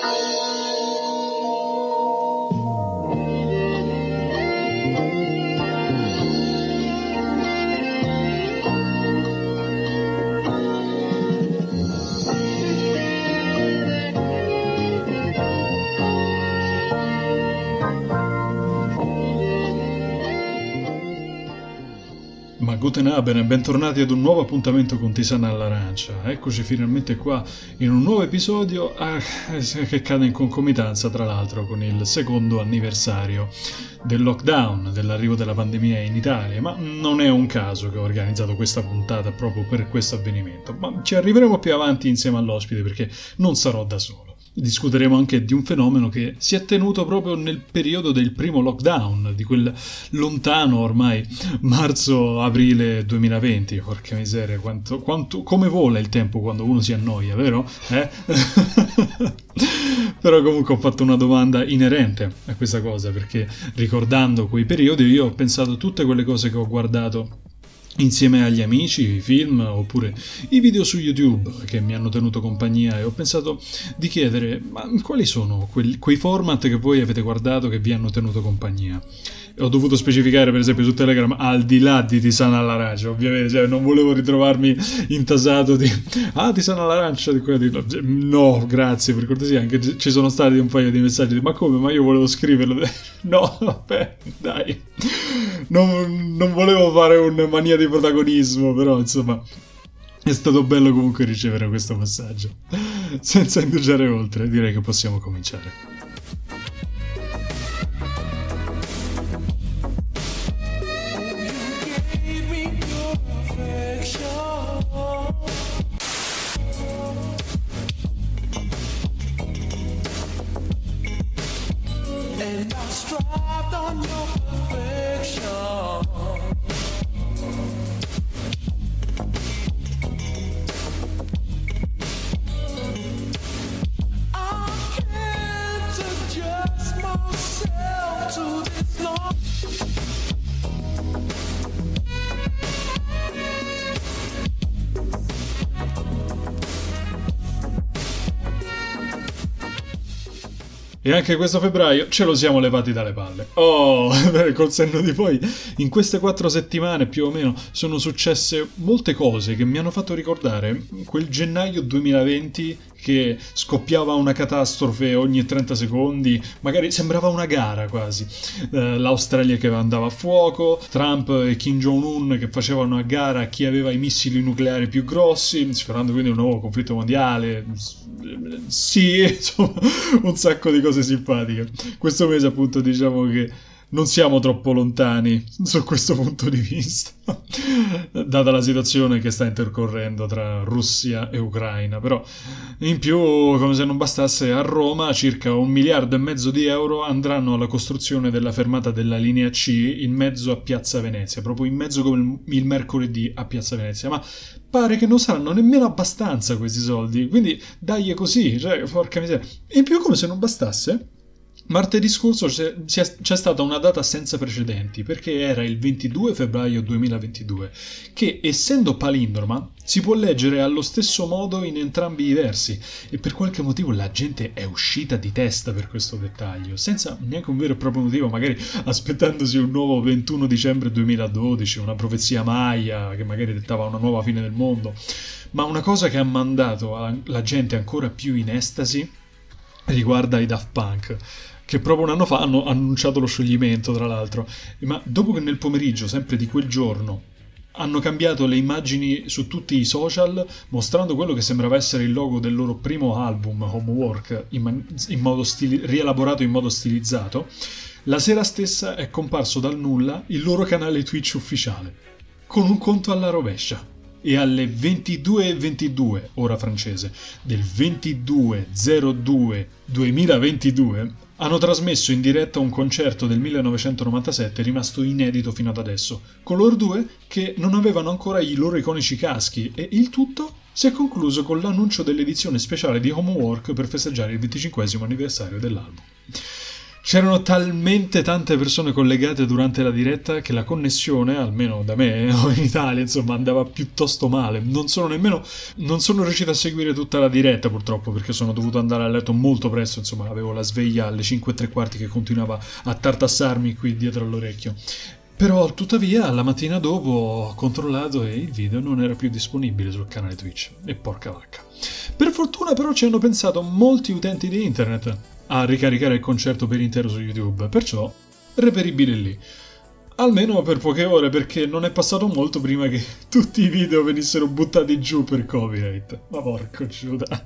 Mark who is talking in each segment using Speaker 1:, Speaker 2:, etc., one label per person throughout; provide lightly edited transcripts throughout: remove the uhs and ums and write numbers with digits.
Speaker 1: Guten Abend e bentornati ad un nuovo appuntamento con Tisana all'Arancia. Eccoci finalmente qua in un nuovo episodio che cade in concomitanza tra l'altro con il secondo anniversario del lockdown, dell'arrivo della pandemia in Italia, ma non è un caso che ho organizzato questa puntata proprio per questo avvenimento, ma ci arriveremo più avanti insieme all'ospite perché non sarò da solo. Discuteremo anche di un fenomeno che si è tenuto proprio nel periodo del primo lockdown, di quel lontano ormai marzo-aprile 2020. Porca miseria, come vola il tempo quando uno si annoia, vero? Però comunque ho fatto una domanda inerente a questa cosa, perché ricordando quei periodi io ho pensato a tutte quelle cose che ho guardato insieme agli amici, i film oppure i video su YouTube che mi hanno tenuto compagnia, e ho pensato di chiedere ma quali sono quei format che voi avete guardato che vi hanno tenuto compagnia. Ho dovuto specificare per esempio su Telegram al di là di Tisana all'Arancia, ovviamente, cioè non volevo ritrovarmi intasato di Tisana all'Arancia, no grazie, per cortesia. Anche ci sono stati un paio di messaggi di ma come, ma io volevo scriverlo. No vabbè dai, non volevo fare una mania di protagonismo, però insomma è stato bello comunque ricevere questo messaggio. Senza indugiare oltre, direi che possiamo cominciare. E anche questo febbraio ce lo siamo levati dalle palle. Col senno di poi, in queste 4 settimane più o meno sono successe molte cose che mi hanno fatto ricordare quel gennaio 2020 che scoppiava una catastrofe ogni 30 secondi, magari sembrava una gara quasi. L'Australia che andava a fuoco, Trump e Kim Jong-un che facevano a gara a chi aveva i missili nucleari più grossi, sfiorando quindi un nuovo conflitto mondiale. Sì, insomma, un sacco di cose simpatiche. Questo mese appunto diciamo che non siamo troppo lontani su questo punto di vista, data la situazione che sta intercorrendo tra Russia e Ucraina. Però in più, come se non bastasse, a Roma circa 1,5 miliardi di euro andranno alla costruzione della fermata della linea C in mezzo a Piazza Venezia, proprio in mezzo come il mercoledì a Piazza Venezia, ma pare che non saranno nemmeno abbastanza questi soldi, quindi dai così, cioè porca miseria. In più, come se non bastasse, martedì scorso c'è stata una data senza precedenti, perché era il 22 febbraio 2022, che essendo palindroma si può leggere allo stesso modo in entrambi i versi, e per qualche motivo la gente è uscita di testa per questo dettaglio, senza neanche un vero e proprio motivo, magari aspettandosi un nuovo 21 dicembre 2012, una profezia Maya che magari dettava una nuova fine del mondo. Ma una cosa che ha mandato la gente ancora più in estasi riguarda i Daft Punk, che proprio un anno fa hanno annunciato lo scioglimento, tra l'altro, ma dopo che nel pomeriggio, sempre di quel giorno, hanno cambiato le immagini su tutti i social, mostrando quello che sembrava essere il logo del loro primo album, Homework, in modo rielaborato in modo stilizzato, la sera stessa è comparso dal nulla il loro canale Twitch ufficiale, con un conto alla rovescia. E alle 22:22, ora francese, del 22/02/2022 hanno trasmesso in diretta un concerto del 1997 rimasto inedito fino ad adesso, con loro due che non avevano ancora i loro iconici caschi, e il tutto si è concluso con l'annuncio dell'edizione speciale di Homework per festeggiare il 25° anniversario dell'album. C'erano talmente tante persone collegate durante la diretta che la connessione, almeno da me o in Italia, insomma, andava piuttosto male. Non sono riuscito a seguire tutta la diretta purtroppo, perché sono dovuto andare a letto molto presto, insomma, avevo la sveglia alle 5:15 che continuava a tartassarmi qui dietro all'orecchio. Però tuttavia la mattina dopo ho controllato e il video non era più disponibile sul canale Twitch. E porca vacca. Per fortuna però ci hanno pensato molti utenti di internet a ricaricare il concerto per intero su YouTube, perciò reperibile lì. Almeno per poche ore, perché non è passato molto prima che tutti i video venissero buttati giù per copyright. Ma porco Giuda.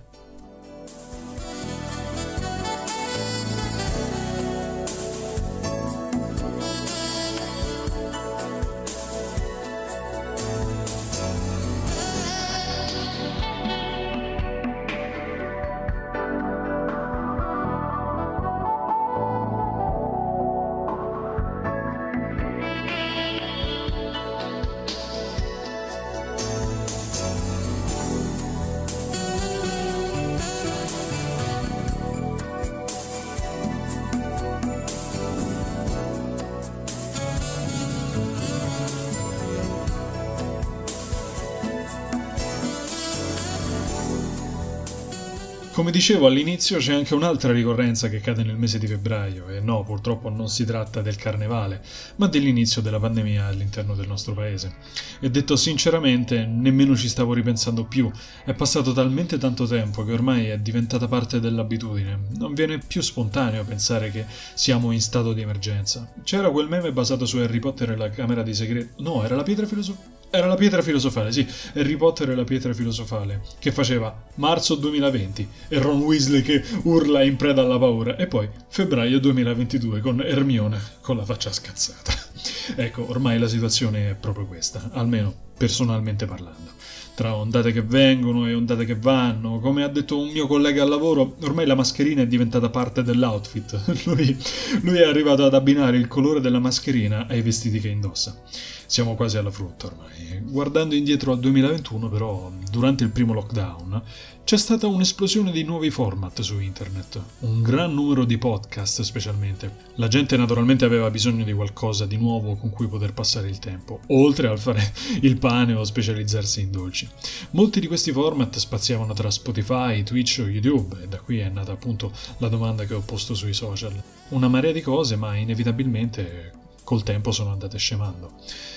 Speaker 1: Come dicevo all'inizio, c'è anche un'altra ricorrenza che cade nel mese di febbraio, e no, purtroppo non si tratta del carnevale, ma dell'inizio della pandemia all'interno del nostro paese. E detto sinceramente, nemmeno ci stavo ripensando più, è passato talmente tanto tempo che ormai è diventata parte dell'abitudine, non viene più spontaneo pensare che siamo in stato di emergenza. C'era quel meme basato su Harry Potter e la camera di segreto, no, era la pietra filosofale. Era la pietra filosofale, sì, Harry Potter e la pietra filosofale, che faceva marzo 2020 e Ron Weasley che urla in preda alla paura, e poi febbraio 2022 con Hermione con la faccia scazzata. Ecco, ormai la situazione è proprio questa, almeno personalmente parlando. Tra ondate che vengono e ondate che vanno, come ha detto un mio collega al lavoro, ormai la mascherina è diventata parte dell'outfit. Lui è arrivato ad abbinare il colore della mascherina ai vestiti che indossa. Siamo quasi alla frutta ormai. Guardando indietro al 2021, però, durante il primo lockdown, c'è stata un'esplosione di nuovi format su internet, un gran numero di podcast specialmente. La gente naturalmente aveva bisogno di qualcosa di nuovo con cui poter passare il tempo, oltre al fare il pane o specializzarsi in dolci. Molti di questi format spaziavano tra Spotify, Twitch o YouTube, e da qui è nata appunto la domanda che ho posto sui social. Una marea di cose, ma inevitabilmente col tempo sono andate scemando.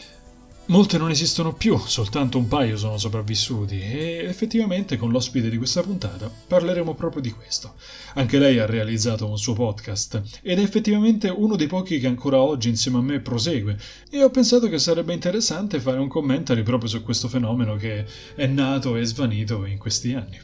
Speaker 1: Molte non esistono più, soltanto un paio sono sopravvissuti, e effettivamente con l'ospite di questa puntata parleremo proprio di questo. Anche lei ha realizzato un suo podcast ed è effettivamente uno dei pochi che ancora oggi insieme a me prosegue, e ho pensato che sarebbe interessante fare un commentary proprio su questo fenomeno che è nato e svanito in questi anni.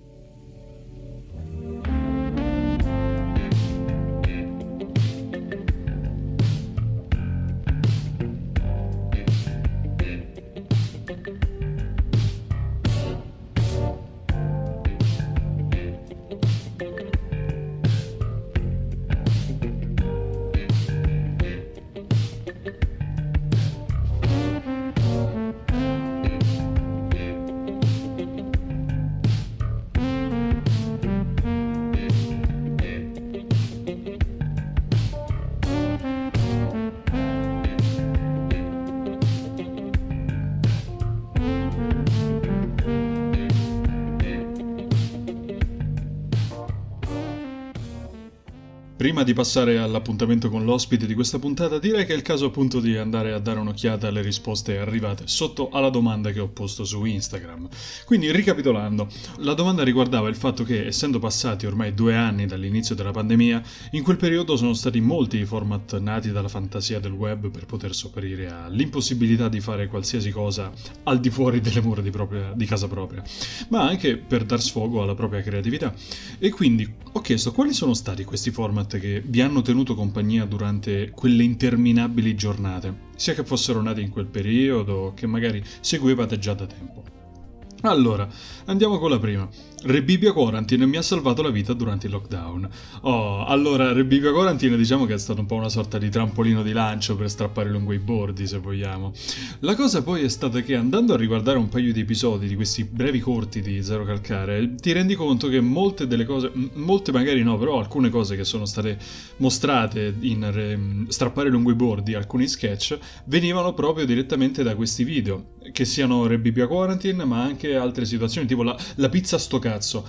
Speaker 1: Prima di passare all'appuntamento con l'ospite di questa puntata, direi che è il caso appunto di andare a dare un'occhiata alle risposte arrivate sotto alla domanda che ho posto su Instagram. Quindi, ricapitolando, la domanda riguardava il fatto che, essendo passati ormai 2 anni dall'inizio della pandemia, in quel periodo sono stati molti i format nati dalla fantasia del web per poter sopperire all'impossibilità di fare qualsiasi cosa al di fuori delle mura di casa propria, ma anche per dar sfogo alla propria creatività. E quindi ho chiesto quali sono stati questi format che vi hanno tenuto compagnia durante quelle interminabili giornate, sia che fossero nati in quel periodo o che magari seguivate già da tempo. Allora, andiamo con la prima. Rebibbia Quarantine mi ha salvato la vita durante il lockdown. Oh, allora, Rebibbia Quarantine diciamo che è stato un po' una sorta di trampolino di lancio per strappare lungo i bordi, se vogliamo. La cosa poi è stata che andando a riguardare un paio di episodi di questi brevi corti di Zero Calcare, ti rendi conto che molte delle cose, molte magari no, però alcune cose che sono state mostrate in strappare lungo i bordi, alcuni sketch, venivano proprio direttamente da questi video, che siano Rebibbia Quarantine, ma anche altre situazioni, tipo la pizza sto cazzo,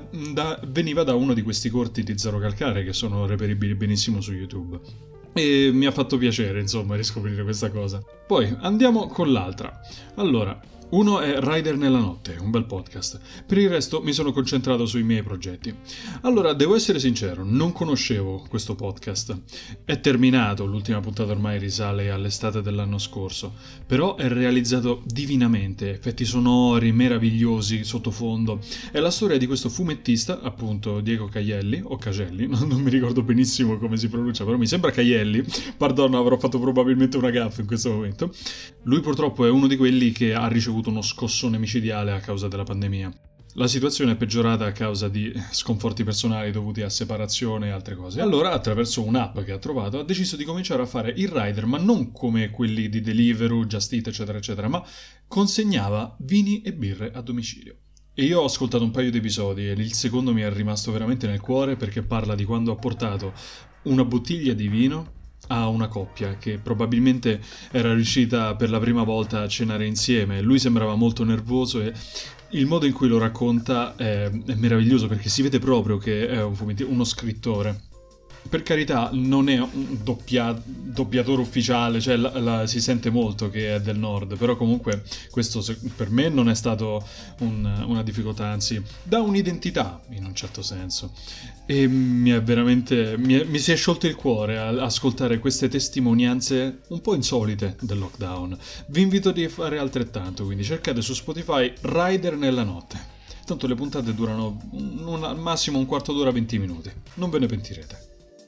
Speaker 1: veniva da uno di questi corti di Zero Calcare che sono reperibili benissimo su YouTube. E mi ha fatto piacere, insomma, riscoprire questa cosa. Poi andiamo con l'altra. Allora, uno è Rider nella notte, un bel podcast. Per il resto mi sono concentrato sui miei progetti. Allora, devo essere sincero, non conoscevo questo podcast. È terminato, l'ultima puntata ormai risale all'estate dell'anno scorso, però è realizzato divinamente, effetti sonori meravigliosi, sottofondo. È la storia di questo fumettista, appunto Diego Caglielli, o Cagelli, non mi ricordo benissimo come si pronuncia, però mi sembra Caglielli, pardon, avrò fatto probabilmente una gaffa in questo momento. Lui purtroppo è uno di quelli che ha ricevuto uno scossone micidiale a causa della pandemia. La situazione è peggiorata a causa di sconforti personali dovuti a separazione e altre cose. Allora, attraverso un'app che ha trovato, ha deciso di cominciare a fare il rider, ma non come quelli di Deliveroo, Just Eat, eccetera, eccetera, ma consegnava vini e birre a domicilio. E io ho ascoltato un paio di episodi e il secondo mi è rimasto veramente nel cuore perché parla di quando ha portato una bottiglia di vino a una coppia che probabilmente era riuscita per la prima volta a cenare insieme. Lui sembrava molto nervoso e il modo in cui lo racconta è meraviglioso perché si vede proprio che è uno scrittore. Per carità, non è un doppiatore ufficiale, cioè si sente molto che è del nord, però comunque questo per me non è stato una difficoltà, anzi dà un'identità in un certo senso. E mi si è sciolto il cuore ad ascoltare queste testimonianze un po' insolite del lockdown. Vi invito a fare altrettanto, quindi cercate su Spotify Rider nella notte. Tanto le puntate durano al massimo un quarto d'ora, 20 minuti. Non ve ne pentirete.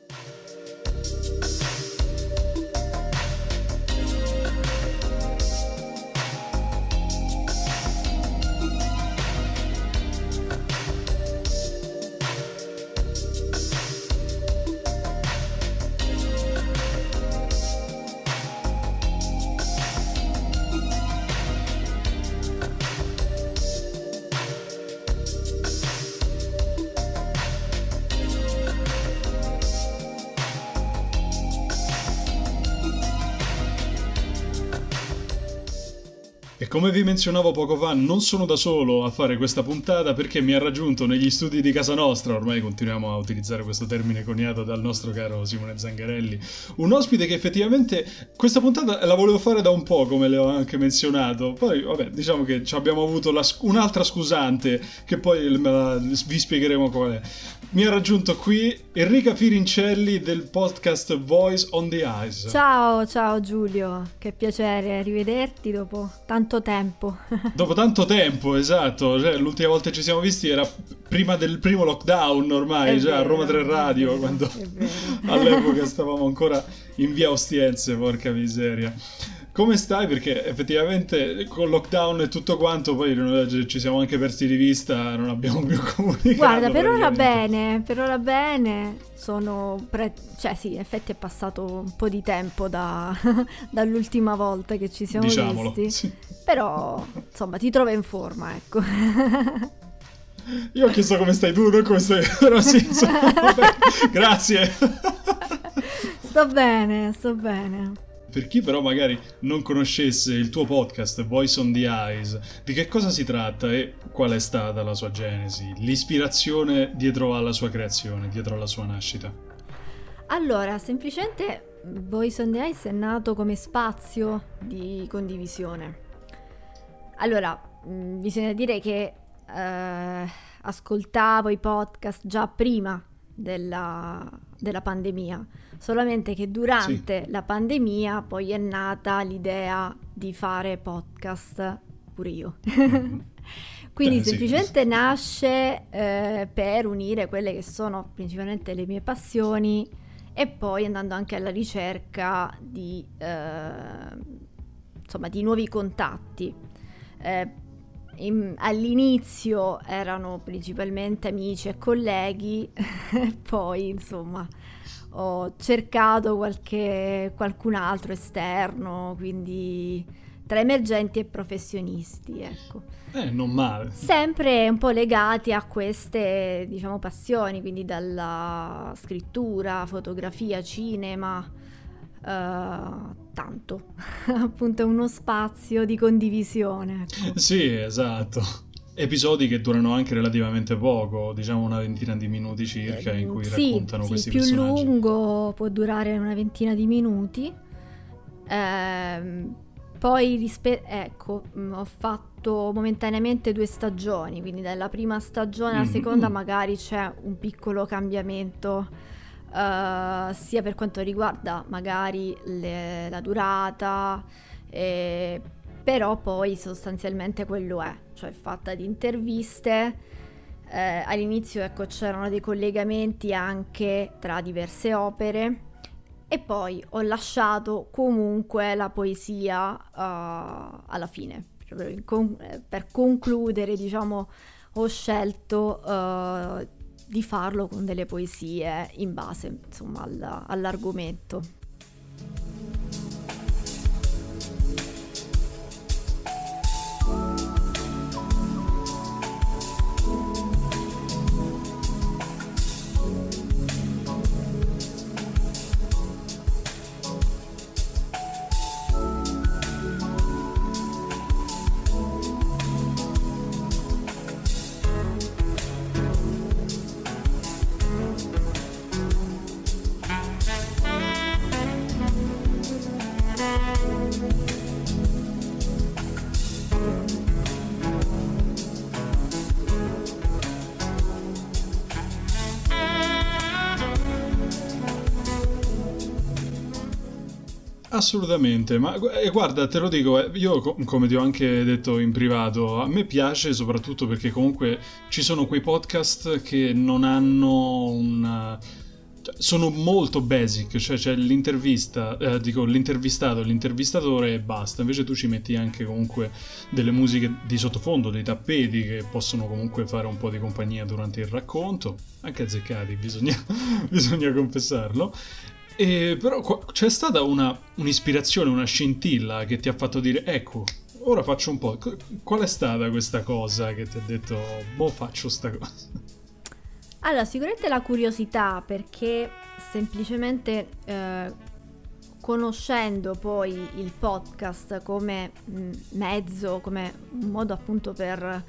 Speaker 1: E come vi menzionavo poco fa, non sono da solo a fare questa puntata perché mi ha raggiunto negli studi di casa nostra, ormai continuiamo a utilizzare questo termine coniato dal nostro caro Simone Zangarelli, un ospite che effettivamente questa puntata la volevo fare da un po', come le ho anche menzionato, poi vabbè, diciamo che abbiamo avuto un'altra scusante che poi vi spiegheremo qual è. Mi ha raggiunto qui Enrica Firincelli del podcast Voice on the Ice.
Speaker 2: Ciao Giulio, che piacere rivederti dopo tanto tempo.
Speaker 1: Dopo tanto tempo, esatto, cioè, l'ultima volta che ci siamo visti era prima del primo lockdown ormai, già a Roma 3 Radio, quando all'epoca stavamo ancora in via Ostiense, porca miseria. Come stai? Perché effettivamente con lockdown e tutto quanto poi noi ci siamo anche persi di vista, non abbiamo più comunicato.
Speaker 2: Guarda, per ora bene, cioè sì, in effetti è passato un po' di tempo dall'ultima volta che ci siamo visti,
Speaker 1: sì.
Speaker 2: Però insomma ti trovo in forma, ecco.
Speaker 1: Io ho chiesto come stai tu, non come stai, però sì, insomma, grazie.
Speaker 2: Sto bene.
Speaker 1: Per chi però magari non conoscesse il tuo podcast Voice on the Ice, di che cosa si tratta e qual è stata la sua genesi, l'ispirazione dietro alla sua creazione, dietro alla sua nascita?
Speaker 2: Allora, semplicemente Voice on the Ice è nato come spazio di condivisione. Allora, bisogna dire che ascoltavo i podcast già prima della pandemia, solamente che durante la pandemia poi è nata l'idea di fare podcast pure io. Quindi semplicemente nasce per unire quelle che sono principalmente le mie passioni e poi andando anche alla ricerca di nuovi contatti. all'inizio erano principalmente amici e colleghi, poi insomma ho cercato qualcun altro esterno, quindi tra emergenti e professionisti, ecco.
Speaker 1: Non male.
Speaker 2: Sempre un po' legati a queste, diciamo, passioni, quindi dalla scrittura, fotografia, cinema, tanto. Appunto è uno spazio di condivisione, ecco.
Speaker 1: Sì, esatto. Episodi che durano anche relativamente poco, diciamo una ventina di minuti circa, in cui raccontano questi personaggi.
Speaker 2: Sì, più lungo può durare una ventina di minuti. Poi ho fatto momentaneamente 2 stagioni, quindi dalla prima stagione alla seconda magari c'è un piccolo cambiamento, sia per quanto riguarda magari la durata, però poi sostanzialmente quello è, cioè fatta di interviste. All'inizio ecco c'erano dei collegamenti anche tra diverse opere. E poi ho lasciato comunque la poesia alla fine. Per concludere, diciamo, ho scelto di farlo con delle poesie in base, insomma, all'argomento.
Speaker 1: Assolutamente, ma guarda, te lo dico, io come ti ho anche detto in privato, a me piace soprattutto perché comunque ci sono quei podcast che non hanno sono molto basic, cioè c'è l'intervistato, l'intervistatore e basta. Invece tu ci metti anche comunque delle musiche di sottofondo, dei tappeti che possono comunque fare un po' di compagnia durante il racconto, anche azzeccati, bisogna confessarlo. Però c'è stata un'ispirazione, una scintilla che ti ha fatto dire ecco, ora faccio un po'. Qual è stata questa cosa che ti ha detto faccio sta cosa?
Speaker 2: Allora, sicuramente la curiosità, perché semplicemente conoscendo poi il podcast come mezzo, come un modo appunto per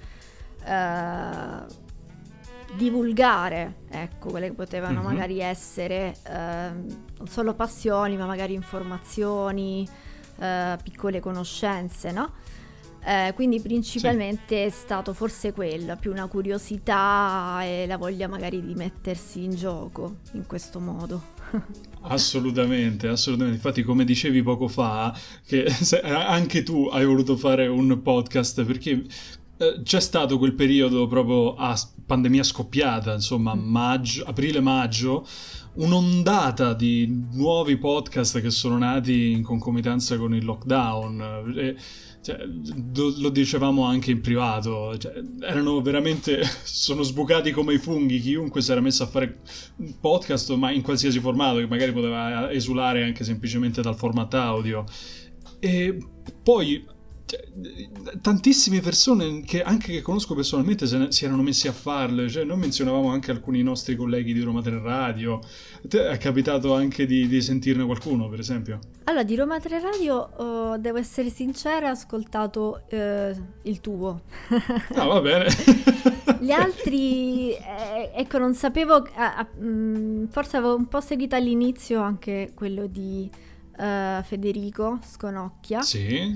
Speaker 2: divulgare, ecco, quelle che potevano magari essere non solo passioni, ma magari informazioni, piccole conoscenze, no? Quindi principalmente è stato forse quello, più una curiosità e la voglia magari di mettersi in gioco in questo modo.
Speaker 1: Assolutamente, assolutamente. Infatti, come dicevi poco fa, che anche tu hai voluto fare un podcast perché c'è stato quel periodo proprio a pandemia scoppiata, insomma, aprile-maggio, un'ondata di nuovi podcast che sono nati in concomitanza con il lockdown. Lo dicevamo anche in privato, erano veramente, sono sbucati come i funghi, chiunque si era messo a fare un podcast, ma in qualsiasi formato, che magari poteva esulare anche semplicemente dal formato audio. E poi tantissime persone che conosco personalmente si erano messi a farle, noi menzionavamo anche alcuni nostri colleghi di Roma 3 Radio. Te è capitato anche di sentirne qualcuno, per esempio?
Speaker 2: Allora, di Roma 3 Radio devo essere sincera, ho ascoltato il tuo.
Speaker 1: Ah, va bene.
Speaker 2: Gli altri ecco, non sapevo, forse avevo un po' seguito all'inizio anche quello di Federico Sconocchia.
Speaker 1: Sì.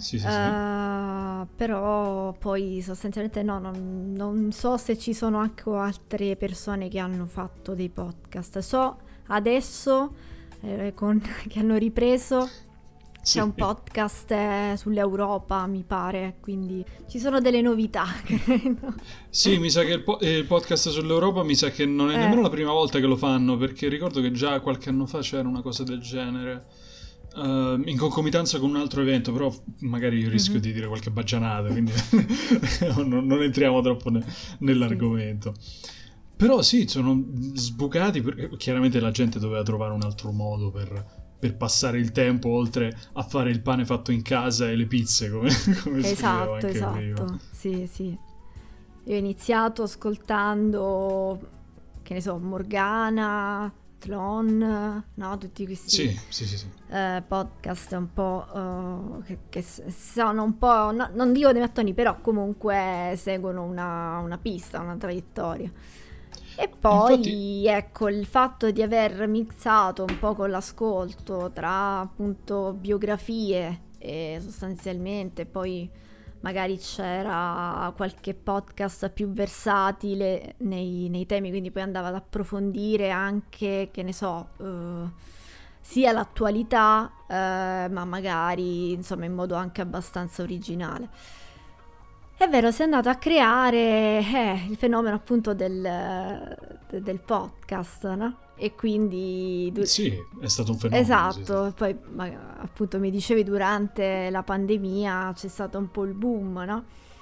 Speaker 2: Però poi sostanzialmente non so se ci sono anche altre persone che hanno fatto dei podcast. So adesso che hanno ripreso, c'è un podcast sull'Europa, mi pare, quindi ci sono delle novità, credo.
Speaker 1: Sì, mi sa che il podcast sull'Europa mi sa che non è nemmeno la prima volta che lo fanno, perché ricordo che già qualche anno fa c'era una cosa del genere. in concomitanza con un altro evento, però magari io rischio di dire qualche baggianata, quindi non entriamo troppo nell'argomento. Però sì, sono sbucati, perché chiaramente la gente doveva trovare un altro modo per passare il tempo, oltre a fare il pane fatto in casa e le pizze, come scrivevo anche prima.
Speaker 2: Sì. Io ho iniziato ascoltando, che ne so, Morgana, Tlon, no? Tutti questi
Speaker 1: sì.
Speaker 2: podcast un po' che sono un po', non dico dei mattoni, però comunque seguono una pista, una traiettoria. E poi infatti, ecco, il fatto di aver mixato un po' con l'ascolto tra appunto biografie e sostanzialmente poi magari c'era qualche podcast più versatile nei temi, quindi poi andava ad approfondire anche, che ne so, sia l'attualità, ma magari insomma in modo anche abbastanza originale. È vero, si è andato a creare il fenomeno appunto del podcast, no? E quindi
Speaker 1: sì, è stato un fenomeno.
Speaker 2: Esatto,
Speaker 1: sì.
Speaker 2: Poi appunto mi dicevi durante la pandemia c'è stato un po' il boom, no?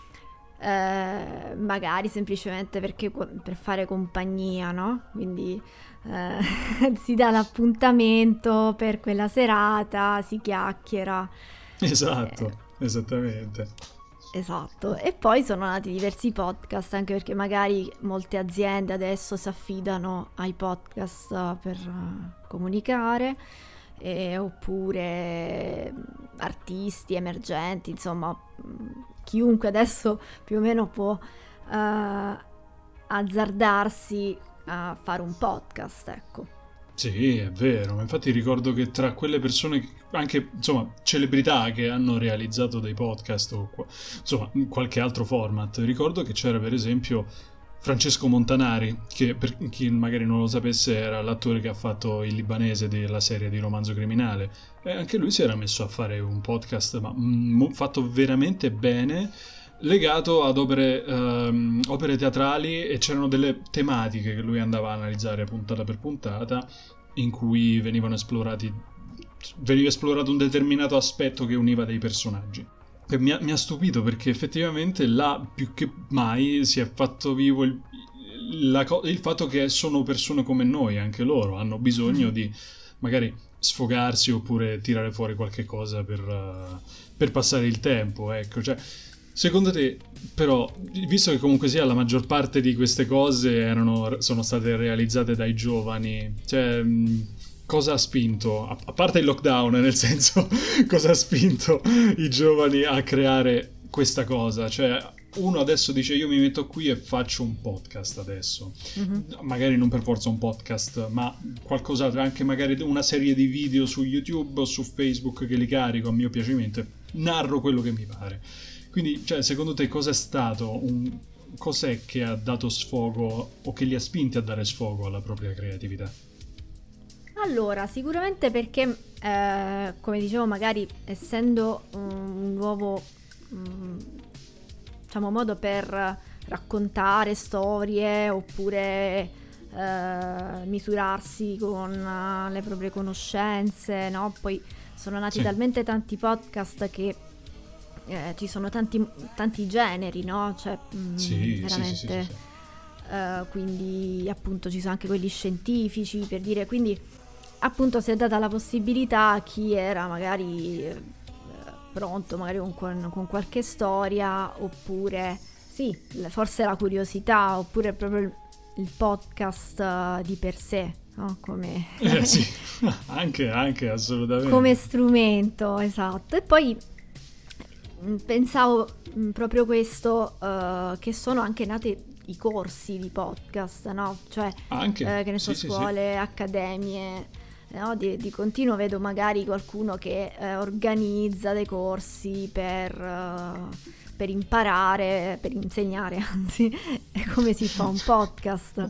Speaker 2: Magari semplicemente perché per fare compagnia, no? Quindi si dà l'appuntamento per quella serata, si chiacchiera.
Speaker 1: Esatto, esattamente.
Speaker 2: Esatto, e poi sono nati diversi podcast, anche perché magari molte aziende adesso si affidano ai podcast per comunicare, oppure artisti emergenti, insomma chiunque adesso più o meno può azzardarsi a fare un podcast, ecco.
Speaker 1: Sì, è vero, ma infatti ricordo che tra quelle persone, anche insomma celebrità che hanno realizzato dei podcast o insomma qualche altro format, ricordo che c'era per esempio Francesco Montanari, che per chi magari non lo sapesse era l'attore che ha fatto il libanese della serie di Romanzo Criminale, e anche lui si era messo a fare un podcast ma fatto veramente bene, legato ad opere teatrali, e c'erano delle tematiche che lui andava a analizzare puntata per puntata, in cui veniva esplorato un determinato aspetto che univa dei personaggi. E mi ha stupito, perché effettivamente là più che mai si è fatto vivo il fatto che sono persone come noi, anche loro hanno bisogno di magari sfogarsi oppure tirare fuori qualche cosa per passare il tempo, ecco. Cioè, secondo te, però, visto che comunque sia la maggior parte di queste cose sono state realizzate dai giovani, cioè cosa ha spinto, a parte il lockdown, nel senso, cosa ha spinto i giovani a creare questa cosa? Cioè, uno adesso dice io mi metto qui e faccio un podcast adesso, magari non per forza un podcast, ma qualcos'altro, anche magari una serie di video su YouTube o su Facebook che li carico a mio piacimento, narro quello che mi pare. Quindi, cioè, secondo te cos'è stato cos'è che ha dato sfogo o che li ha spinti a dare sfogo alla propria creatività?
Speaker 2: Allora, sicuramente perché, come dicevo, magari essendo un nuovo, diciamo, modo per raccontare storie oppure misurarsi con le proprie conoscenze, no? Poi sono nati talmente tanti podcast che ci sono tanti generi, no? Cioè, veramente.
Speaker 1: Sì.
Speaker 2: Quindi appunto ci sono anche quelli scientifici, per dire, quindi appunto si è data la possibilità a chi era magari pronto, magari con qualche storia, oppure sì, forse la curiosità, oppure proprio il podcast di per sé, no? Come
Speaker 1: sì, anche assolutamente.
Speaker 2: Come strumento, esatto. E poi pensavo proprio questo, che sono anche nati i corsi di podcast, no? Cioè,
Speaker 1: anche,
Speaker 2: che ne so, scuole, accademie, no? Di continuo vedo magari qualcuno che organizza dei corsi per imparare, per insegnare, anzi, come si fa un podcast.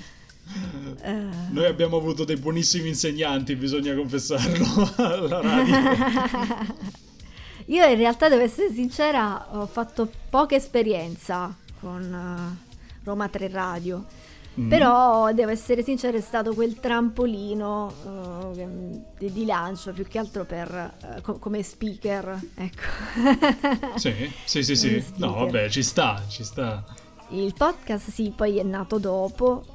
Speaker 1: Noi abbiamo avuto dei buonissimi insegnanti, bisogna confessarlo, alla radio.
Speaker 2: Io in realtà, devo essere sincera, ho fatto poca esperienza con Roma 3 Radio, Però devo essere sincera, è stato quel trampolino di lancio, più che altro per come speaker, ecco.
Speaker 1: Sì. No, vabbè, ci sta.
Speaker 2: Il podcast sì, poi è nato dopo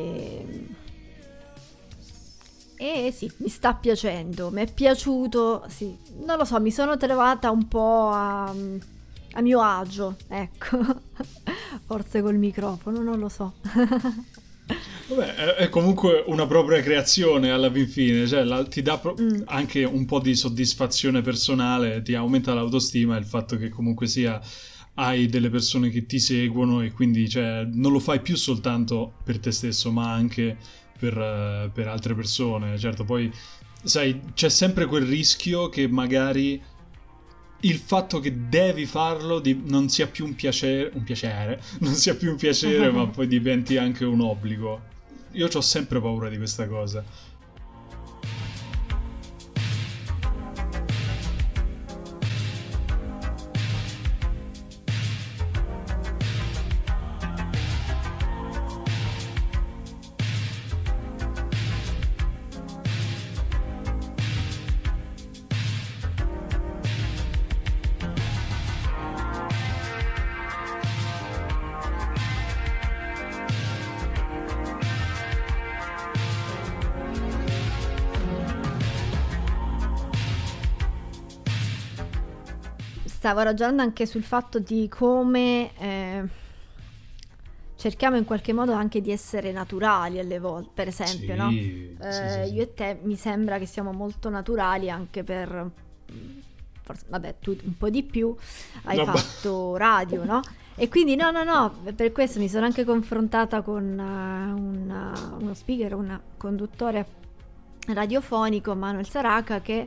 Speaker 2: e sì, mi sta piacendo, mi è piaciuto, sì, non lo so, mi sono trovata un po' a mio agio, ecco, forse col microfono, non lo so.
Speaker 1: Vabbè, è comunque una propria creazione alla fine, cioè ti dà anche un po' di soddisfazione personale, ti aumenta l'autostima il fatto che comunque sia hai delle persone che ti seguono e quindi cioè, non lo fai più soltanto per te stesso ma anche per altre persone. Certo, poi sai, c'è sempre quel rischio che magari il fatto che devi farlo non sia più un piacere, non sia più un piacere ma poi diventi anche un obbligo. Io ho sempre paura di questa cosa.
Speaker 2: Stavo ragionando anche sul fatto di come cerchiamo in qualche modo anche di essere naturali alle volte, per esempio, no?
Speaker 1: Sì.
Speaker 2: Io e te mi sembra che siamo molto naturali anche per, forse, vabbè, tu un po' di più, hai fatto radio, no? E quindi no, per questo mi sono anche confrontata con uno speaker, un conduttore radiofonico, Manuel Saraca, che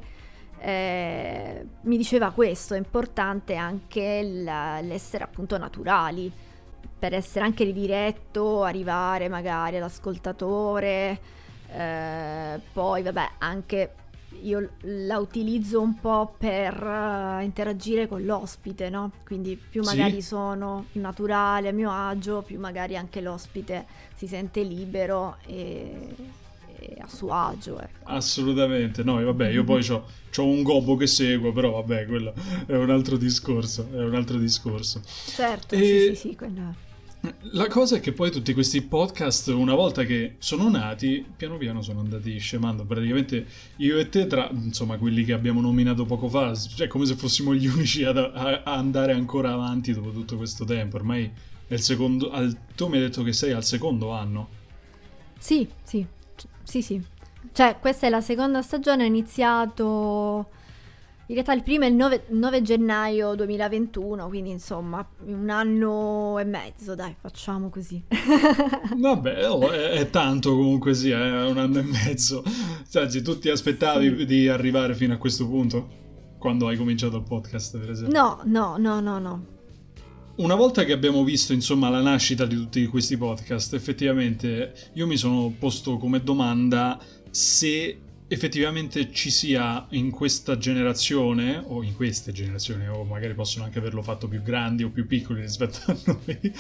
Speaker 2: mi diceva questo, è importante anche l'essere appunto naturali, per essere anche ridiretto, arrivare magari all'ascoltatore, poi vabbè anche io la utilizzo un po' per interagire con l'ospite, no? Quindi più magari sono naturale, a mio agio, più magari anche l'ospite si sente libero e a suo agio, ecco.
Speaker 1: Assolutamente, no, vabbè, io poi c'ho un gobbo che seguo, però vabbè, quello è un altro discorso,
Speaker 2: Certo, sì, quello.
Speaker 1: La cosa è che poi tutti questi podcast, una volta che sono nati, piano piano sono andati scemando. Praticamente io e te, tra insomma quelli che abbiamo nominato poco fa, cioè come se fossimo gli unici a andare ancora avanti dopo tutto questo tempo. Ormai è il secondo. Tu mi hai detto che sei al secondo anno?
Speaker 2: Sì. Cioè, questa è la seconda stagione, ho iniziato. In realtà il primo è il 9 gennaio 2021, quindi insomma 1 anno e mezzo, dai, facciamo così.
Speaker 1: Vabbè, è tanto comunque sia, è 1 anno e mezzo. Anzi, tu ti aspettavi di arrivare fino a questo punto? Quando hai cominciato il podcast, per esempio?
Speaker 2: No.
Speaker 1: Una volta che abbiamo visto, insomma, la nascita di tutti questi podcast, effettivamente io mi sono posto come domanda se effettivamente ci sia in questa generazione o in queste generazioni, o magari possono anche averlo fatto più grandi o più piccoli rispetto a noi,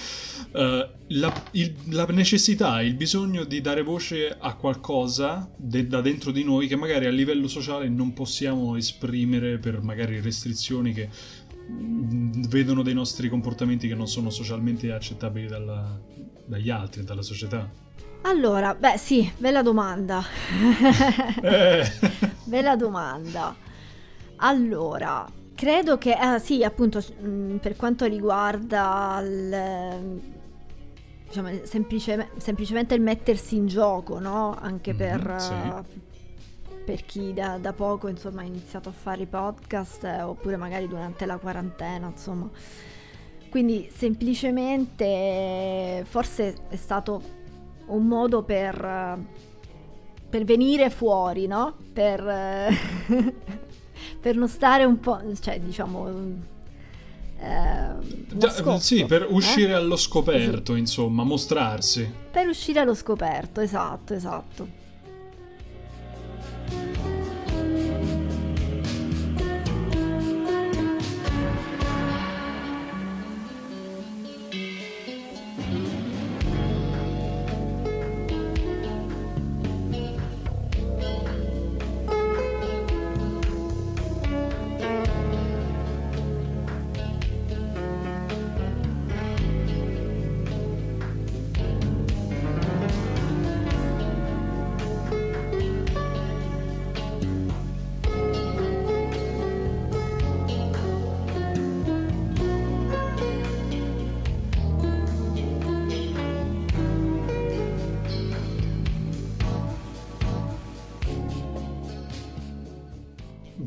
Speaker 1: la necessità, il bisogno di dare voce a qualcosa da dentro di noi che magari a livello sociale non possiamo esprimere per magari restrizioni che vedono dei nostri comportamenti che non sono socialmente accettabili dagli altri, dalla società.
Speaker 2: Allora, beh sì, bella domanda. Bella domanda. Allora, credo che sì, appunto, per quanto riguarda diciamo, semplicemente il mettersi in gioco, no? Anche per chi da poco, insomma, ha iniziato a fare i podcast, oppure magari durante la quarantena, insomma. Quindi semplicemente forse è stato un modo per venire fuori, no? Per non stare un po', cioè diciamo nascosto,
Speaker 1: sì, per uscire allo scoperto, insomma, mostrarsi.
Speaker 2: Per uscire allo scoperto, esatto.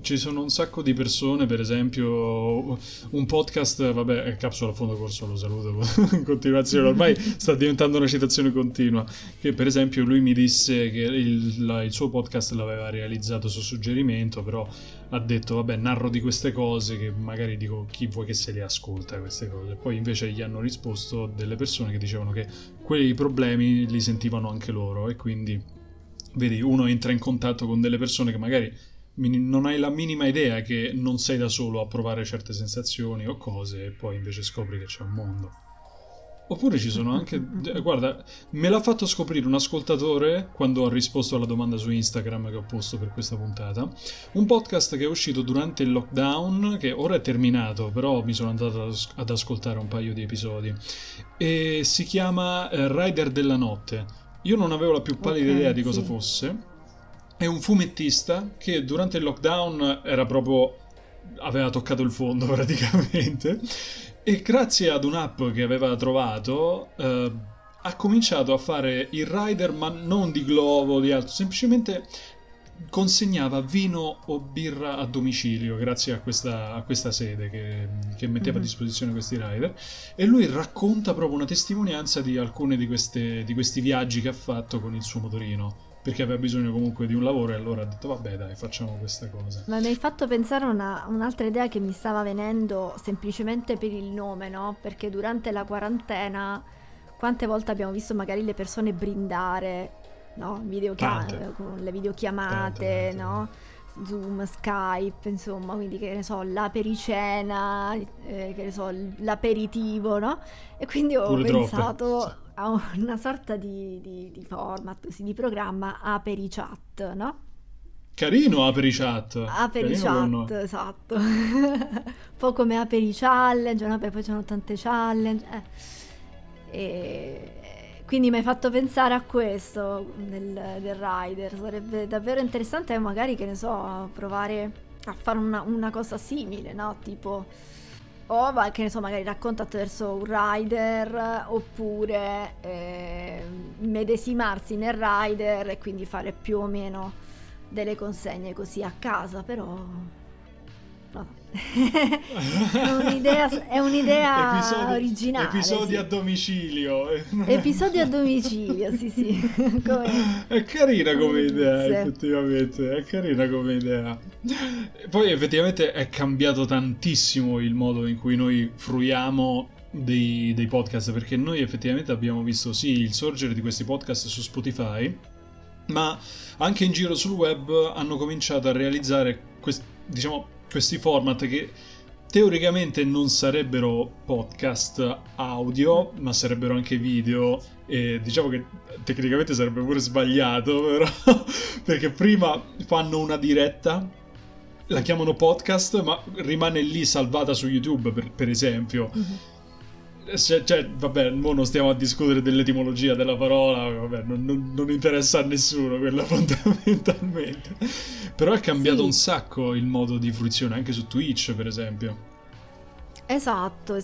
Speaker 1: ci sono un sacco di persone, per esempio un podcast, vabbè, Capsula a fondo corso, lo saluto in continuazione, ormai sta diventando una citazione continua, che per esempio lui mi disse che il suo podcast l'aveva realizzato su suggerimento, però ha detto vabbè, narro di queste cose che magari dico chi vuoi che se le ascolta queste cose. Poi invece gli hanno risposto delle persone che dicevano che quei problemi li sentivano anche loro, e quindi vedi, uno entra in contatto con delle persone che magari non hai la minima idea che non sei da solo a provare certe sensazioni o cose, e poi invece scopri che c'è un mondo. Oppure ci sono anche... Guarda, me l'ha fatto scoprire un ascoltatore quando ho risposto alla domanda su Instagram che ho posto per questa puntata. Un podcast che è uscito durante il lockdown, che ora è terminato, però mi sono andato ad ascoltare un paio di episodi. E si chiama Rider della Notte. Io non avevo la più pallida idea di cosa fosse. È un fumettista che durante il lockdown aveva toccato il fondo praticamente. E grazie ad un'app che aveva trovato ha cominciato a fare il rider, ma non di globo o di altro, semplicemente consegnava vino o birra a domicilio grazie a questa sede che metteva a disposizione questi rider, e lui racconta proprio una testimonianza di alcune di questi viaggi che ha fatto con il suo motorino, perché aveva bisogno comunque di un lavoro, e allora ha detto vabbè dai, facciamo questa cosa.
Speaker 2: Ma mi hai fatto pensare a un'altra idea che mi stava venendo semplicemente per il nome, no? Perché durante la quarantena quante volte abbiamo visto magari le persone brindare, no? Con le videochiamate, tante. No? Zoom, Skype, insomma, quindi che ne so, l'apericena, che ne so, l'aperitivo, no? E quindi ho pensato a una sorta di format, così, di programma Aperichat, no?
Speaker 1: Carino Aperichat.
Speaker 2: Aperichat, esatto. Un po' come Aperi Challenge, no? Poi ci sono tante challenge. E quindi mi hai fatto pensare a questo del rider. Sarebbe davvero interessante, magari, che ne so, provare a fare una cosa simile, no? Tipo, che ne so, magari racconta attraverso un rider, oppure medesimarsi nel rider e quindi fare più o meno delle consegne così a casa, però no. è un'idea originale.
Speaker 1: Episodi
Speaker 2: sì.
Speaker 1: A domicilio.
Speaker 2: Episodi a domicilio, sì.
Speaker 1: È carina come idea, effettivamente. È carina come idea. Poi effettivamente è cambiato tantissimo il modo in cui noi fruiamo dei podcast, perché noi effettivamente abbiamo visto sì il sorgere di questi podcast su Spotify, ma anche in giro sul web hanno cominciato a realizzare questi format che teoricamente non sarebbero podcast audio, ma sarebbero anche video, e diciamo che tecnicamente sarebbe pure sbagliato, però perché prima fanno una diretta, la chiamano podcast, ma rimane lì salvata su YouTube, per esempio. Cioè, vabbè, mo non stiamo a discutere dell'etimologia della parola, vabbè, non interessa a nessuno quello fondamentalmente. Però è cambiato un sacco il modo di fruizione, anche su Twitch, per esempio.
Speaker 2: Esatto.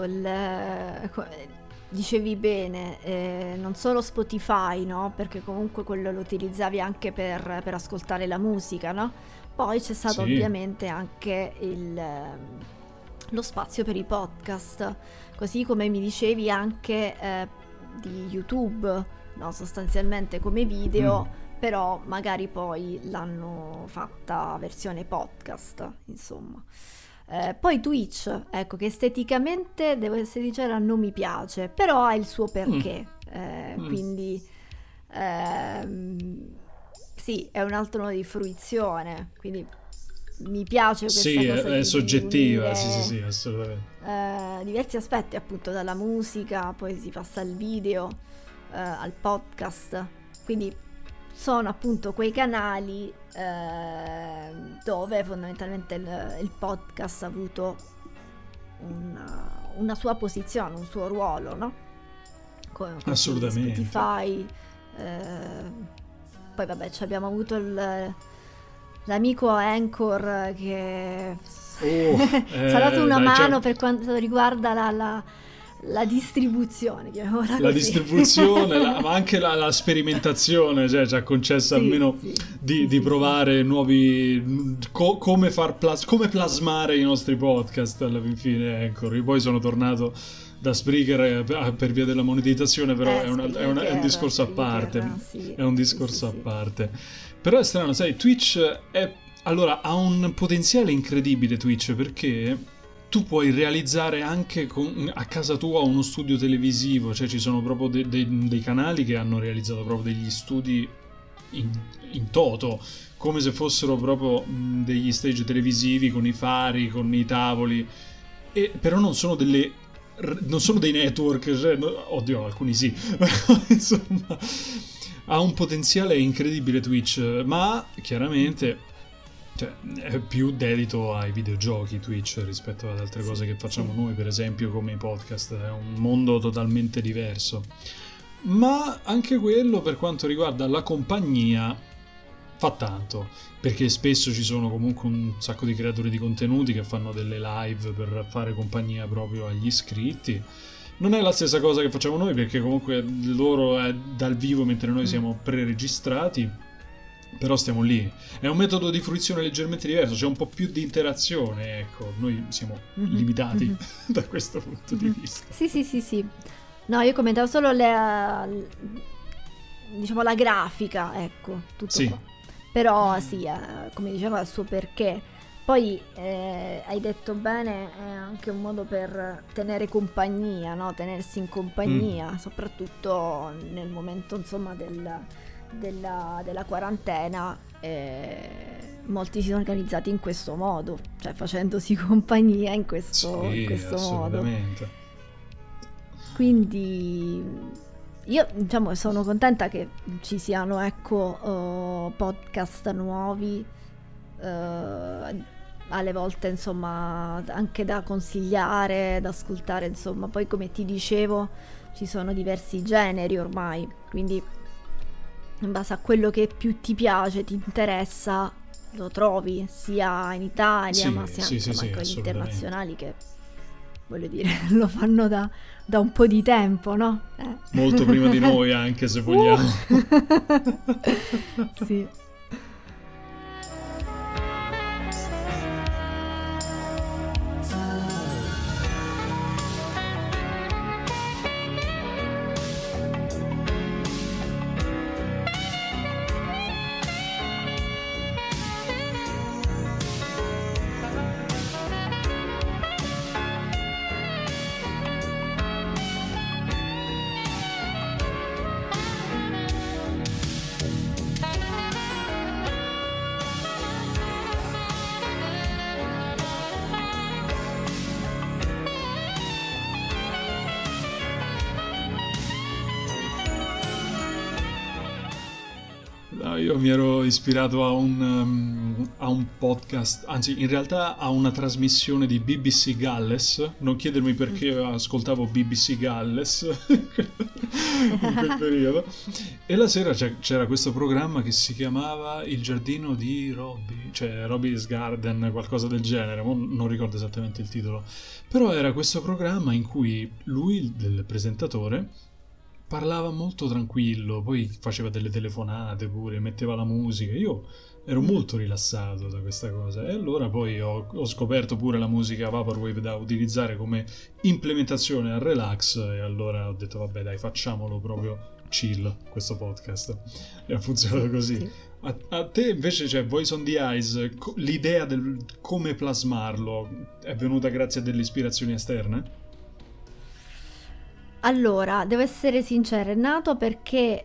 Speaker 2: Dicevi bene, non solo Spotify, no? Perché comunque quello lo utilizzavi anche per ascoltare la musica, no? Poi c'è stato ovviamente anche lo spazio per i podcast, così come mi dicevi anche di YouTube, no? Sostanzialmente come video, però magari poi l'hanno fatta versione podcast, insomma. Poi Twitch, ecco, che esteticamente, devo essere sincera, non mi piace, però ha il suo perché, quindi sì, è un altro modo di fruizione, quindi mi piace questa cosa
Speaker 1: è soggettiva,
Speaker 2: unire,
Speaker 1: sì, assolutamente.
Speaker 2: Diversi aspetti, appunto, dalla musica, poi si passa al video, al podcast, quindi sono appunto quei canali dove fondamentalmente il podcast ha avuto una sua posizione, un suo ruolo, no?
Speaker 1: Assolutamente.
Speaker 2: Spotify, poi vabbè, abbiamo avuto l'amico Anchor che ci ha dato una mano per quanto riguarda la distribuzione, chiamiamola
Speaker 1: la
Speaker 2: così.
Speaker 1: Distribuzione, ma anche la sperimentazione, cioè ci ha concesso almeno di provare nuovi come plasmare i nostri podcast alla fine. Ecco, io poi sono tornato da Spreaker per via della monetizzazione, però è un discorso a parte. È un discorso a parte. Però è strano, sai, Twitch ha un potenziale incredibile, Twitch, perché tu puoi realizzare anche a casa tua uno studio televisivo, cioè ci sono proprio dei canali che hanno realizzato proprio degli studi in toto, come se fossero proprio degli stage televisivi con i fari, con i tavoli, però non sono dei network, cioè, oddio, alcuni sì, insomma, ha un potenziale incredibile Twitch, ma chiaramente è più dedito ai videogiochi Twitch rispetto ad altre cose che facciamo noi, per esempio come i podcast. È un mondo totalmente diverso, ma anche quello per quanto riguarda la compagnia fa tanto, perché spesso ci sono comunque un sacco di creatori di contenuti che fanno delle live per fare compagnia proprio agli iscritti. Non è la stessa cosa che facciamo noi, perché comunque loro è dal vivo mentre noi siamo pre-registrati, però stiamo lì. È un metodo di fruizione leggermente diverso, c'è un po' più di interazione, ecco, noi siamo limitati da questo punto di vista.
Speaker 2: Sì. No, io commentavo solo la grafica, ecco, tutto qua. Però sì, come diceva, il suo perché. Poi hai detto bene, è anche un modo per tenere compagnia, no? Tenersi in compagnia, soprattutto nel momento, insomma, della quarantena. Molti si sono organizzati in questo modo, cioè facendosi compagnia in questo modo. Quindi io, diciamo, sono contenta che ci siano, ecco, podcast nuovi, alle volte, insomma, anche da consigliare, da ascoltare, insomma. Poi, come ti dicevo, ci sono diversi generi ormai, quindi in base a quello che più ti piace, ti interessa, lo trovi sia in Italia, ma sia anche quelli internazionali che, voglio dire, lo fanno da un po' di tempo, no?
Speaker 1: Molto prima di noi, anche se vogliamo.
Speaker 2: Sì.
Speaker 1: Io mi ero ispirato a un podcast, anzi in realtà a una trasmissione di BBC Galles. Non chiedermi perché ascoltavo BBC Galles in quel periodo. E la sera c'era questo programma che si chiamava Il giardino di Robbie, cioè Robbie's Garden, qualcosa del genere, non ricordo esattamente il titolo. Però era questo programma in cui lui, il presentatore, parlava molto tranquillo, poi faceva delle telefonate pure, metteva la musica. Io ero molto rilassato da questa cosa, e allora poi ho scoperto pure la musica Vaporwave da utilizzare come implementazione al relax, e allora ho detto vabbè dai, facciamolo proprio chill questo podcast, e ha funzionato così. A te invece, cioè Voice on the Eyes, l'idea del come plasmarlo è venuta grazie a delle ispirazioni esterne?
Speaker 2: Allora, devo essere sincera, è nato perché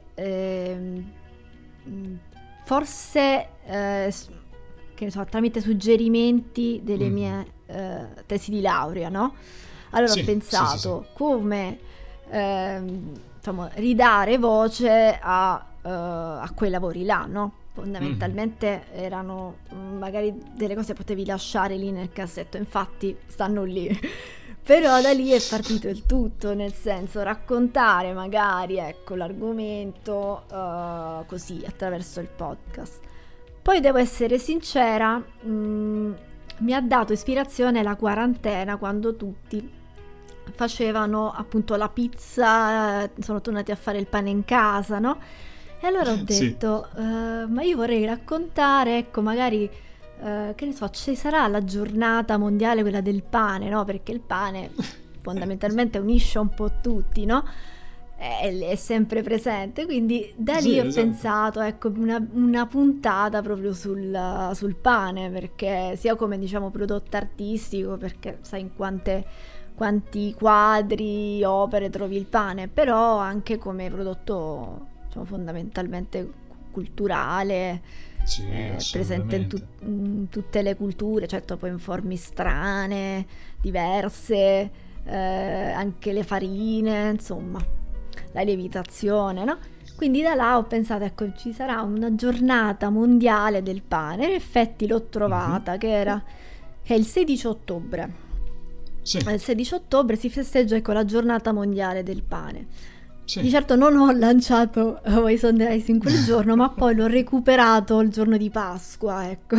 Speaker 2: forse, che ne so, tramite suggerimenti delle mie tesi di laurea, no? Allora ho pensato come insomma, ridare voce a quei lavori là, no? Fondamentalmente erano magari delle cose che potevi lasciare lì nel cassetto, infatti stanno lì. Però da lì è partito il tutto, nel senso raccontare magari, ecco, l'argomento così attraverso il podcast. Poi devo essere sincera, mi ha dato ispirazione la quarantena, quando tutti facevano appunto la pizza, sono tornati a fare il pane in casa, no? E allora ho detto, ma io vorrei raccontare, ecco, magari, che ne so, ci sarà la giornata mondiale, quella del pane, no? Perché il pane fondamentalmente unisce un po' tutti, no? È sempre presente, quindi da lì ho pensato, ecco, una puntata proprio sul pane, perché sia come, diciamo, prodotto artistico, perché sai in quanti quadri, opere trovi il pane, però anche come prodotto, diciamo, fondamentalmente culturale, presente in tutte le culture, certo poi in forme strane, diverse, anche le farine, insomma, la lievitazione, no? Quindi da là ho pensato, ecco, ci sarà una giornata mondiale del pane. In effetti l'ho trovata, che è il 16 ottobre.
Speaker 1: Sì.
Speaker 2: Il 16 ottobre si festeggia, ecco, la giornata mondiale del pane.
Speaker 1: Sì.
Speaker 2: Di certo non ho lanciato Ways on the Ice in quel giorno, ma poi l'ho recuperato il giorno di Pasqua, ecco.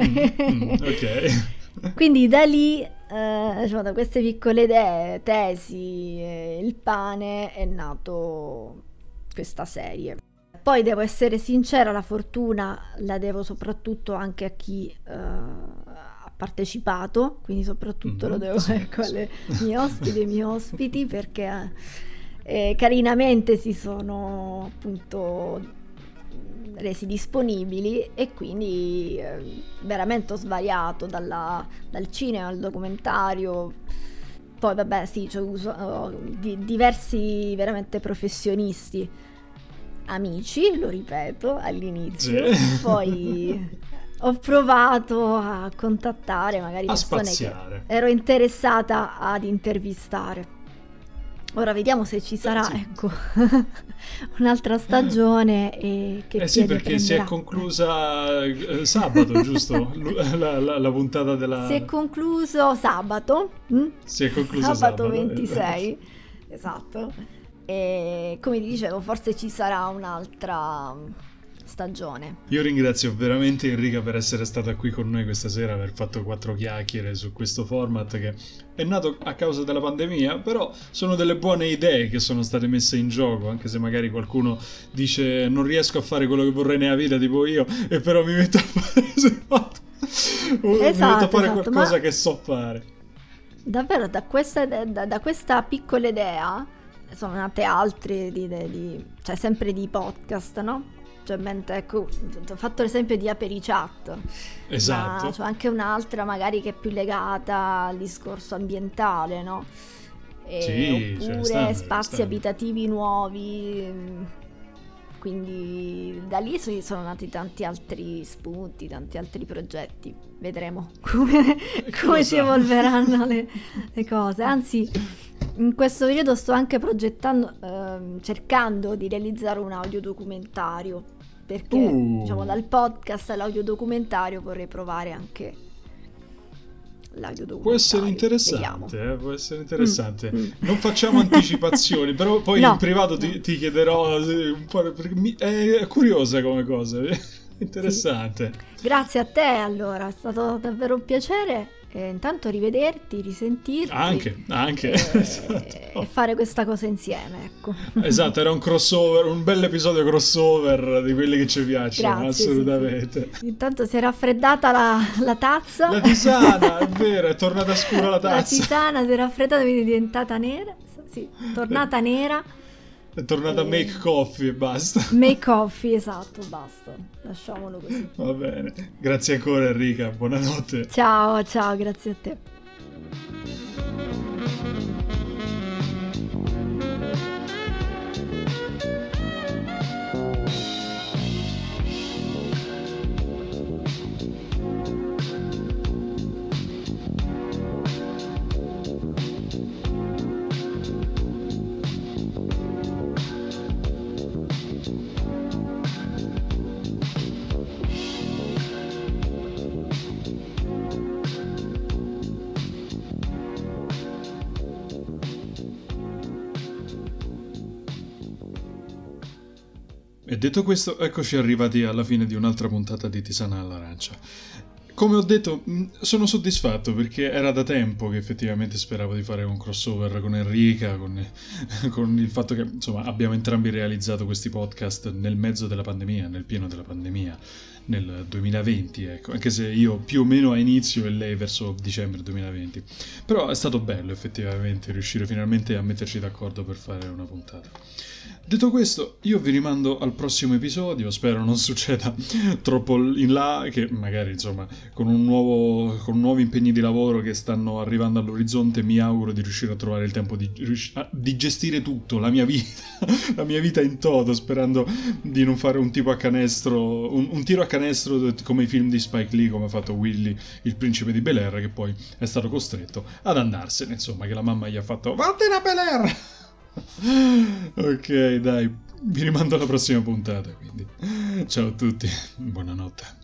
Speaker 1: Ok.
Speaker 2: Quindi da lì, diciamo, da queste piccole idee, tesi, il pane, è nato questa serie. Poi devo essere sincera, la fortuna la devo soprattutto anche a chi ha partecipato, quindi soprattutto lo devo, ecco, alle mie ospiti e miei ospiti, perché carinamente si sono appunto resi disponibili, e quindi veramente ho svariato dal cinema al documentario. Poi vabbè, sì, c'ho uso diversi veramente professionisti, amici, lo ripeto all'inizio, poi ho provato a contattare magari persone che ero interessata ad intervistare. Ora vediamo se ci sarà, ecco, un'altra stagione e che
Speaker 1: sì, perché si è conclusa sabato, giusto? La puntata della...
Speaker 2: Si è concluso sabato.
Speaker 1: Si è concluso
Speaker 2: sabato 26, esatto. E come ti dicevo, forse ci sarà un'altra stagione.
Speaker 1: Io ringrazio veramente Enrica per essere stata qui con noi questa sera, aver fatto 4 chiacchiere su questo format che è nato a causa della pandemia, però sono delle buone idee che sono state messe in gioco, anche se magari qualcuno dice non riesco a fare quello che vorrei nella vita tipo io, e però mi metto a fare qualcosa che so fare.
Speaker 2: Davvero, da questa piccola idea sono nate altre cioè sempre di podcast, no? Cioè, ecco, ho fatto l'esempio di Aperichat,
Speaker 1: esatto,
Speaker 2: ma c'è anche un'altra magari che è più legata al discorso ambientale, no? Oppure spazi abitativi nuovi, quindi da lì sono nati tanti altri spunti, tanti altri progetti. Vedremo come si evolveranno le cose. Anzi, in questo periodo sto anche progettando, cercando di realizzare un audiodocumentario, perché diciamo dal podcast all'audiodocumentario vorrei provare anche l'audiodocumentario.
Speaker 1: Può essere interessante, può essere interessante. Non facciamo anticipazioni, però poi in privato ti chiederò un po', perché è curiosa come cosa, interessante.
Speaker 2: Sì. Grazie a te, allora, è stato davvero un piacere. Intanto rivederti, risentirti
Speaker 1: anche
Speaker 2: e fare questa cosa insieme, ecco.
Speaker 1: Esatto, era un crossover, un bel episodio crossover di quelli che ci piacciono.
Speaker 2: Grazie,
Speaker 1: assolutamente.
Speaker 2: Sì. Intanto si è raffreddata la tazza,
Speaker 1: la tisana, è vero, è tornata scura la tazza,
Speaker 2: la tisana si è raffreddata, quindi è diventata nera, sì, tornata nera.
Speaker 1: È tornata Make Coffee e basta.
Speaker 2: Make Coffee, esatto, basta. Lasciamolo così.
Speaker 1: Va bene. Grazie ancora Enrica, buonanotte.
Speaker 2: Ciao, grazie a te. E detto questo, eccoci arrivati alla fine di un'altra puntata di Tisana all'Arancia.
Speaker 1: come ho detto, sono soddisfatto perché era da tempo che effettivamente speravo di fare un crossover con Enrica, con il fatto che insomma abbiamo entrambi realizzato questi podcast nel mezzo della pandemia, nel pieno della pandemia, nel 2020, ecco, anche se io più o meno a inizio e lei verso dicembre 2020. Però è stato bello effettivamente riuscire finalmente a metterci d'accordo per fare una puntata. Detto questo, io vi rimando al prossimo episodio, spero non succeda troppo in là, che magari insomma con nuovi impegni di lavoro che stanno arrivando all'orizzonte mi auguro di riuscire a trovare il tempo di gestire tutto, la mia vita in toto, sperando di non fare un tipo a canestro, un tiro a canestro come i film di Spike Lee, come ha fatto Willy, il principe di Bel-Air, che poi è stato costretto ad andarsene, insomma, che la mamma gli ha fatto vattene a Bel-Air! Ok, dai, vi rimando alla prossima puntata, quindi ciao a tutti, buonanotte.